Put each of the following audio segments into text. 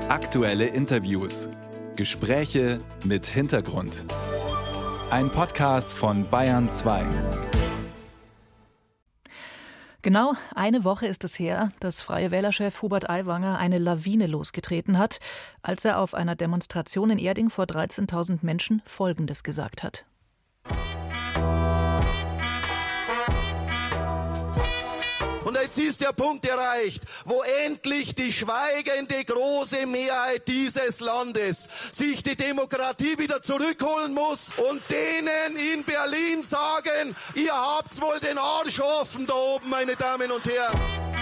Aktuelle Interviews. Gespräche mit Hintergrund. Ein Podcast von Bayern 2. Genau eine Woche ist es her, dass Freie Wähler-Chef Hubert Aiwanger eine Lawine losgetreten hat, als er auf einer Demonstration in Erding vor 13.000 Menschen Folgendes gesagt hat. Und jetzt ist der Punkt erreicht, wo endlich die schweigende große Mehrheit dieses Landes sich die Demokratie wieder zurückholen muss und denen in Berlin sagen, ihr habt's wohl den Arsch offen da oben, meine Damen und Herren.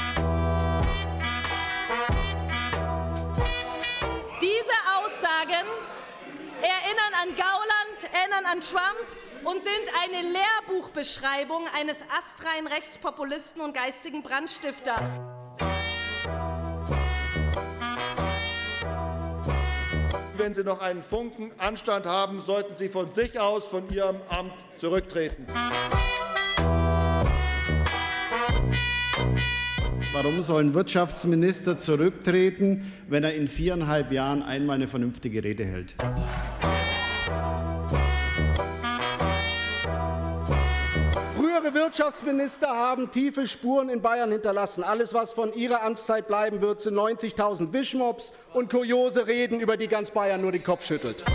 Diese Aussagen erinnern an Gauland, erinnern an Trump und sind eine Lehrbuchbeschreibung eines astreinen Rechtspopulisten und geistigen Brandstifter. Wenn Sie noch einen Funken Anstand haben, sollten Sie von sich aus von Ihrem Amt zurücktreten. Warum soll ein Wirtschaftsminister zurücktreten, wenn er in 4,5 Jahren einmal eine vernünftige Rede hält? Frühere Wirtschaftsminister haben tiefe Spuren in Bayern hinterlassen. Alles, was von ihrer Amtszeit bleiben wird, sind 90.000 Wischmops und kuriose Reden, über die ganz Bayern nur den Kopf schüttelt.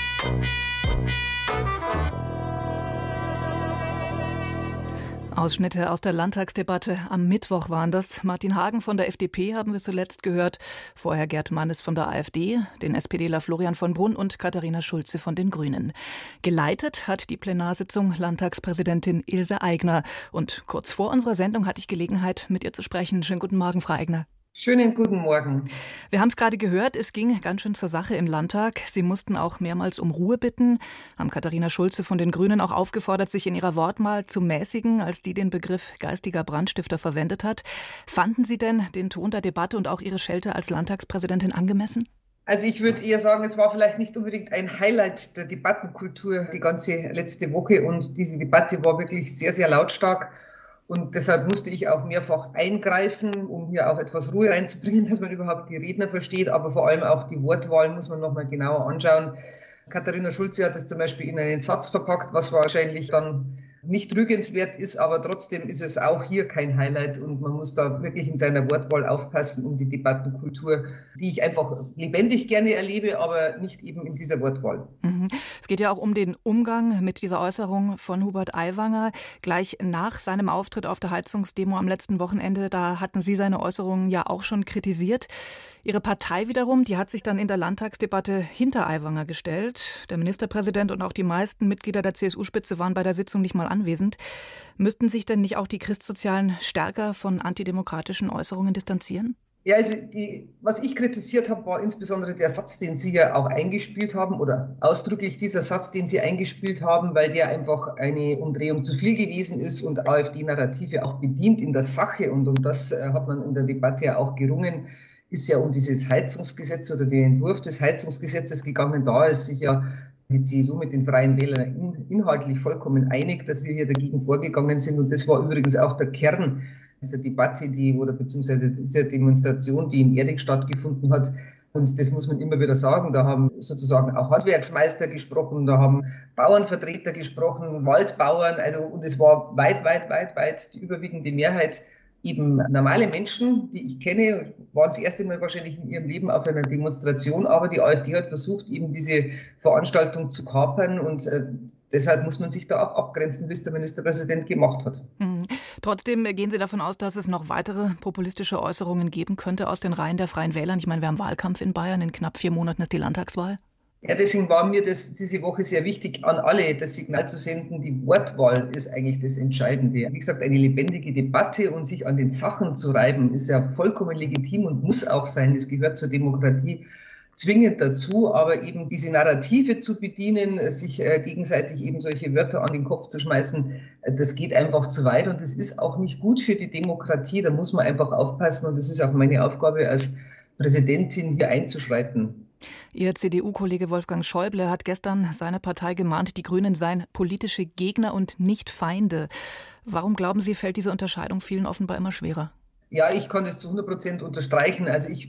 Ausschnitte aus der Landtagsdebatte am Mittwoch waren das. Martin Hagen von der FDP haben wir zuletzt gehört, vorher Gerd Mannes von der AfD, den SPDler Florian von Brunn und Katharina Schulze von den Grünen. Geleitet hat die Plenarsitzung Landtagspräsidentin Ilse Aigner. Und kurz vor unserer Sendung hatte ich Gelegenheit, mit ihr zu sprechen. Schönen guten Morgen, Frau Aigner. Schönen guten Morgen. Wir haben es gerade gehört, es ging ganz schön zur Sache im Landtag. Sie mussten auch mehrmals um Ruhe bitten, haben Katharina Schulze von den Grünen auch aufgefordert, sich in ihrer Wortwahl zu mäßigen, als die den Begriff geistiger Brandstifter verwendet hat. Fanden Sie denn den Ton der Debatte und auch Ihre Schelte als Landtagspräsidentin angemessen? Also ich würde eher sagen, es war vielleicht nicht unbedingt ein Highlight der Debattenkultur die ganze letzte Woche und diese Debatte war wirklich sehr, sehr lautstark. Und deshalb musste ich auch mehrfach eingreifen, um hier auch etwas Ruhe reinzubringen, dass man überhaupt die Redner versteht. Aber vor allem auch die Wortwahl muss man nochmal genauer anschauen. Katharina Schulze hat es zum Beispiel in einen Satz verpackt, was wahrscheinlich dann nicht rügenswert ist, aber trotzdem ist es auch hier kein Highlight und man muss da wirklich in seiner Wortwahl aufpassen, um die Debattenkultur, die ich einfach lebendig gerne erlebe, aber nicht eben in dieser Wortwahl. Es geht ja auch um den Umgang mit dieser Äußerung von Hubert Aiwanger. Gleich nach seinem Auftritt auf der Heizungsdemo am letzten Wochenende, da hatten Sie seine Äußerungen ja auch schon kritisiert. Ihre Partei wiederum, die hat sich dann in der Landtagsdebatte hinter Aiwanger gestellt. Der Ministerpräsident und auch die meisten Mitglieder der CSU-Spitze waren bei der Sitzung nicht mal anwesend. Müssten sich denn nicht auch die Christsozialen stärker von antidemokratischen Äußerungen distanzieren? Ja, also was ich kritisiert habe, war insbesondere der Satz, den Sie ja auch eingespielt haben oder ausdrücklich dieser Satz, den Sie eingespielt haben, weil der einfach eine Umdrehung zu viel gewesen ist und AfD-Narrative auch bedient in der Sache und um das hat man in der Debatte ja auch gerungen. Ist ja um dieses Heizungsgesetz oder den Entwurf des Heizungsgesetzes gegangen. Da ist sich ja die CSU mit den Freien Wählern inhaltlich vollkommen einig, dass wir hier dagegen vorgegangen sind. Und das war übrigens auch der Kern dieser Debatte, beziehungsweise dieser Demonstration, die in Erding stattgefunden hat. Und das muss man immer wieder sagen. Da haben sozusagen auch Handwerksmeister gesprochen, da haben Bauernvertreter gesprochen, Waldbauern. Und es war weit die überwiegende Mehrheit eben normale Menschen, die ich kenne, waren das erste Mal wahrscheinlich in ihrem Leben auf einer Demonstration, aber die AfD hat versucht, eben diese Veranstaltung zu kapern und deshalb muss man sich da auch abgrenzen, wie es der Ministerpräsident gemacht hat. Trotzdem gehen Sie davon aus, dass es noch weitere populistische Äußerungen geben könnte aus den Reihen der Freien Wähler? Ich meine, wir haben Wahlkampf in Bayern, in knapp 4 Monaten ist die Landtagswahl. Ja, deswegen war mir diese Woche sehr wichtig, an alle das Signal zu senden, die Wortwahl ist eigentlich das Entscheidende. Wie gesagt, eine lebendige Debatte und sich an den Sachen zu reiben, ist ja vollkommen legitim und muss auch sein. Das gehört zur Demokratie zwingend dazu, aber eben diese Narrative zu bedienen, sich gegenseitig eben solche Wörter an den Kopf zu schmeißen, das geht einfach zu weit und das ist auch nicht gut für die Demokratie. Da muss man einfach aufpassen und das ist auch meine Aufgabe als Präsidentin, hier einzuschreiten. Ihr CDU-Kollege Wolfgang Schäuble hat gestern seine Partei gemahnt, die Grünen seien politische Gegner und nicht Feinde. Warum glauben Sie, fällt diese Unterscheidung vielen offenbar immer schwerer? Ja, ich kann das zu 100% unterstreichen. Also ich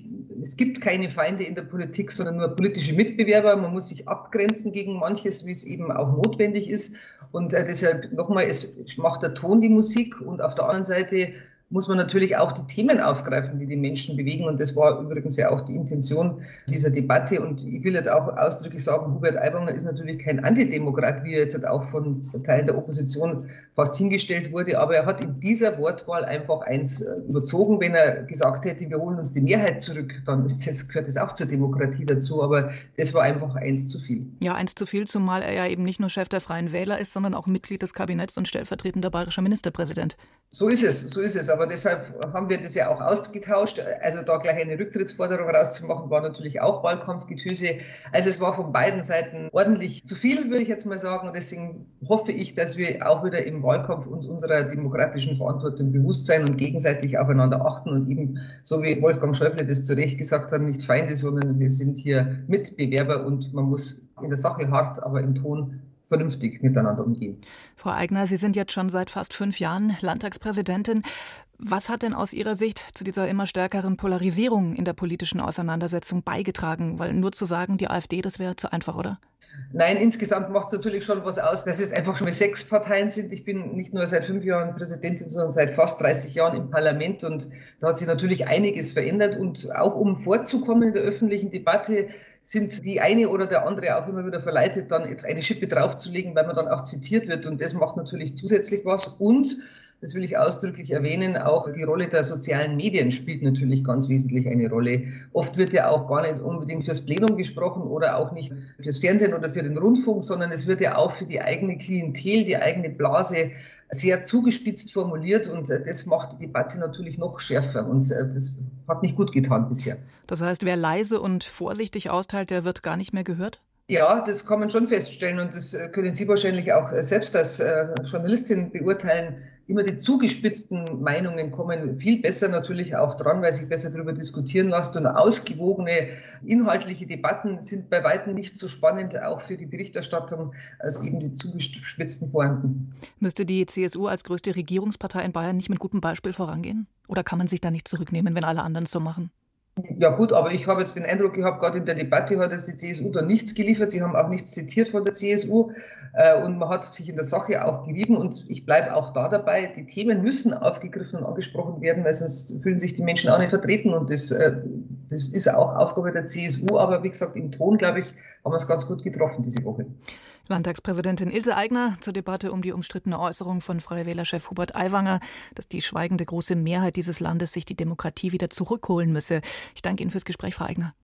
es gibt keine Feinde in der Politik, sondern nur politische Mitbewerber. Man muss sich abgrenzen gegen manches, wie es eben auch notwendig ist. Und deshalb nochmal, es macht der Ton die Musik und auf der anderen Seite muss man natürlich auch die Themen aufgreifen, die die Menschen bewegen. Und das war übrigens ja auch die Intention dieser Debatte. Und ich will jetzt auch ausdrücklich sagen, Hubert Aiwanger ist natürlich kein Antidemokrat, wie er jetzt auch von Teilen der Opposition fast hingestellt wurde. Aber er hat in dieser Wortwahl einfach eins überzogen. Wenn er gesagt hätte, wir holen uns die Mehrheit zurück, dann gehört das auch zur Demokratie dazu. Aber das war einfach eins zu viel. Ja, eins zu viel, zumal er ja eben nicht nur Chef der Freien Wähler ist, sondern auch Mitglied des Kabinetts und stellvertretender bayerischer Ministerpräsident. So ist es. Aber deshalb haben wir das ja auch ausgetauscht. Also da gleich eine Rücktrittsforderung rauszumachen, war natürlich auch Wahlkampfgetöse. Also es war von beiden Seiten ordentlich zu viel, würde ich jetzt mal sagen. Und deswegen hoffe ich, dass wir auch wieder im Wahlkampf uns unserer demokratischen Verantwortung bewusst sein und gegenseitig aufeinander achten und eben, so wie Wolfgang Schäuble das zu Recht gesagt hat, nicht Feinde, sondern wir sind hier Mitbewerber und man muss in der Sache hart, aber im Ton vernünftig miteinander umgehen. Frau Aigner, Sie sind jetzt schon seit fast 5 Jahren Landtagspräsidentin. Was hat denn aus Ihrer Sicht zu dieser immer stärkeren Polarisierung in der politischen Auseinandersetzung beigetragen? Weil nur zu sagen, die AfD, das wäre zu einfach, oder? Nein, insgesamt macht es natürlich schon was aus, dass es einfach schon mal 6 Parteien sind. Ich bin nicht nur seit 5 Jahren Präsidentin, sondern seit fast 30 Jahren im Parlament und da hat sich natürlich einiges verändert und auch um vorzukommen in der öffentlichen Debatte sind die eine oder der andere auch immer wieder verleitet, dann eine Schippe draufzulegen, weil man dann auch zitiert wird und das macht natürlich zusätzlich was und das will ich ausdrücklich erwähnen, auch die Rolle der sozialen Medien spielt natürlich ganz wesentlich eine Rolle. Oft wird ja auch gar nicht unbedingt fürs Plenum gesprochen oder auch nicht fürs Fernsehen oder für den Rundfunk, sondern es wird ja auch für die eigene Klientel, die eigene Blase sehr zugespitzt formuliert und das macht die Debatte natürlich noch schärfer und das hat nicht gut getan bisher. Das heißt, wer leise und vorsichtig austeilt, der wird gar nicht mehr gehört? Ja, das kann man schon feststellen und das können Sie wahrscheinlich auch selbst als Journalistin beurteilen. Immer die zugespitzten Meinungen kommen viel besser natürlich auch dran, weil sich besser darüber diskutieren lässt. Und ausgewogene inhaltliche Debatten sind bei weitem nicht so spannend, auch für die Berichterstattung, als eben die zugespitzten Pointen. Müsste die CSU als größte Regierungspartei in Bayern nicht mit gutem Beispiel vorangehen? Oder kann man sich da nicht zurücknehmen, wenn alle anderen es so machen? Ja gut, aber ich habe jetzt den Eindruck gehabt, gerade in der Debatte hat jetzt die CSU da nichts geliefert. Sie haben auch nichts zitiert von der CSU und man hat sich in der Sache auch gerieben und ich bleibe auch da dabei. Die Themen müssen aufgegriffen und angesprochen werden, weil sonst fühlen sich die Menschen auch nicht vertreten und das ist auch Aufgabe der CSU. Aber wie gesagt, im Ton, glaube ich, haben wir es ganz gut getroffen diese Woche. Landtagspräsidentin Ilse Aigner zur Debatte um die umstrittene Äußerung von Freie Wähler-Chef Hubert Aiwanger, dass die schweigende große Mehrheit dieses Landes sich die Demokratie wieder zurückholen müsse. Ich danke Ihnen fürs Gespräch, Frau Aigner.